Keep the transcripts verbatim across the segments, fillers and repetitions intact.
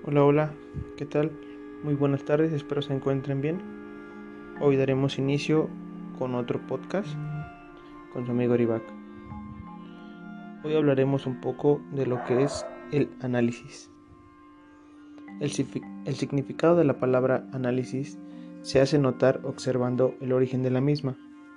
Hola, hola, ¿qué tal? Muy buenas tardes, espero se encuentren bien. Hoy daremos inicio con otro podcast con su amigo Rivac. Hoy hablaremos un poco de lo que es el análisis. El, el significado de la palabra análisis se hace notar observando el origen de la misma,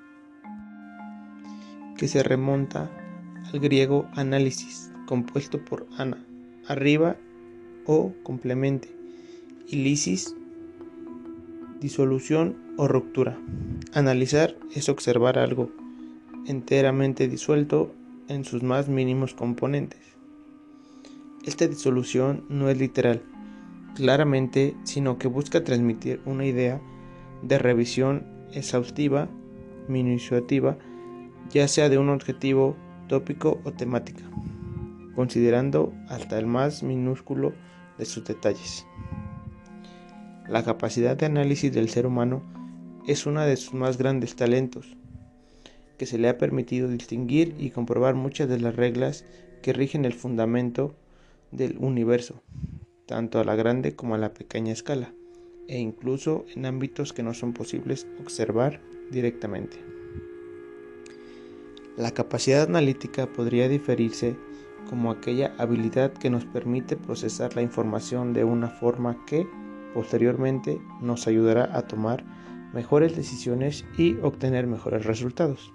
que se remonta al griego análisis, compuesto por ana, arriba o complemente, y lisis, disolución o ruptura. Analizar es observar algo enteramente disuelto en sus más mínimos componentes. Esta disolución no es literal, claramente, sino que busca transmitir una idea de revisión exhaustiva, minuciosa, ya sea de un objetivo, tópico o temática, considerando hasta el más minúsculo de sus detalles. La capacidad de análisis del ser humano es uno de sus más grandes talentos, que se le ha permitido distinguir y comprobar muchas de las reglas que rigen el fundamento del universo, tanto a la grande como a la pequeña escala, e incluso en ámbitos que no son posibles observar directamente. La capacidad analítica podría definirse como aquella habilidad que nos permite procesar la información de una forma que, posteriormente, nos ayudará a tomar mejores decisiones y obtener mejores resultados.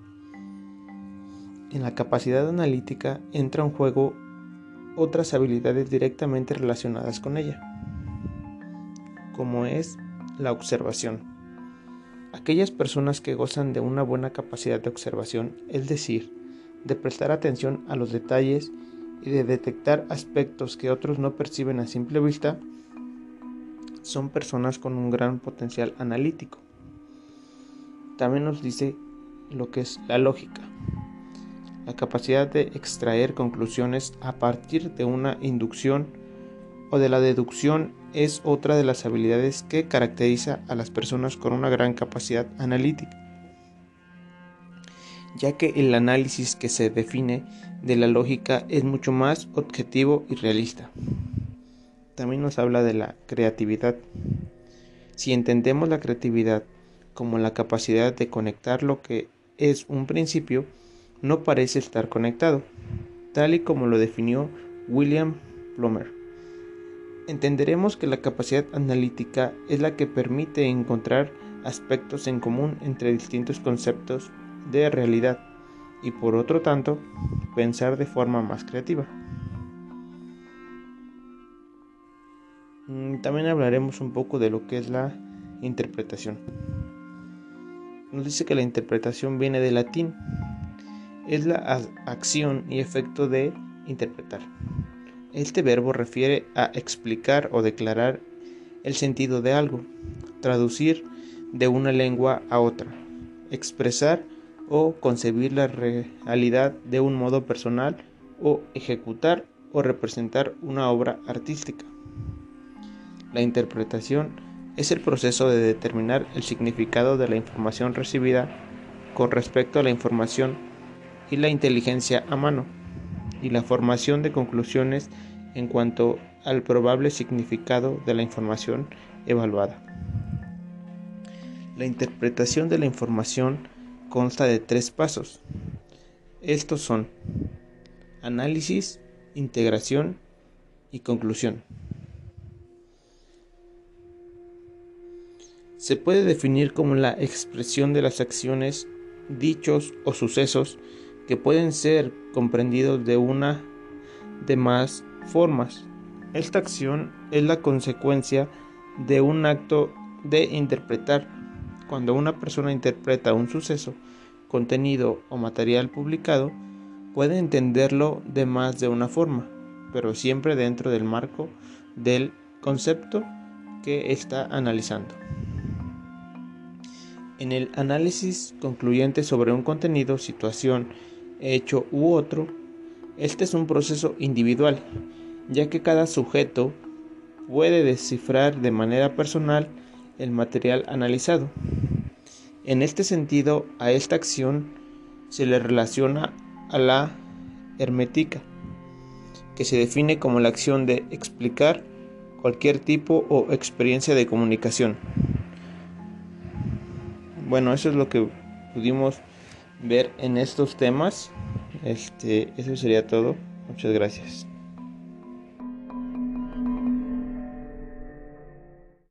En la capacidad analítica entra en juego otras habilidades directamente relacionadas con ella, como es la observación. Aquellas personas que gozan de una buena capacidad de observación, es decir, de prestar atención a los detalles y de detectar aspectos que otros no perciben a simple vista, son personas con un gran potencial analítico. También nos dice lo que es la lógica. La capacidad de extraer conclusiones a partir de una inducción o de la deducción es otra de las habilidades que caracteriza a las personas con una gran capacidad analítica, ya que el análisis que se define de la lógica es mucho más objetivo y realista. También nos habla de la creatividad. Si entendemos la creatividad como la capacidad de conectar lo que es un principio, no parece estar conectado, tal y como lo definió William Plomer. Entenderemos que la capacidad analítica es la que permite encontrar aspectos en común entre distintos conceptos de realidad y, por otro tanto, pensar de forma más creativa. También hablaremos un poco de lo que es la interpretación. Nos dice que la interpretación viene del latín. Es la acción y efecto de interpretar. Este verbo refiere a explicar o declarar el sentido de algo, traducir de una lengua a otra, expresar o concebir la realidad de un modo personal o ejecutar o representar una obra artística. La interpretación es el proceso de determinar el significado de la información recibida con respecto a la información y la inteligencia a mano, y la formación de conclusiones en cuanto al probable significado de la información evaluada. La interpretación de la información consta de tres pasos. Estos son análisis, integración y conclusión. Se puede definir como la expresión de las acciones, dichos o sucesos que pueden ser comprendidos de una de más formas. Esta acción es la consecuencia de un acto de interpretar. Cuando una persona interpreta un suceso, contenido o material publicado, puede entenderlo de más de una forma, pero siempre dentro del marco del concepto que está analizando. En el análisis concluyente sobre un contenido, situación, hecho u otro, este es un proceso individual, ya que cada sujeto puede descifrar de manera personal el material analizado. En este sentido, a esta acción se le relaciona a la hermética, que se define como la acción de explicar cualquier tipo o experiencia de comunicación. Bueno, eso es lo que pudimos ver en estos temas. Este, eso sería todo. Muchas gracias.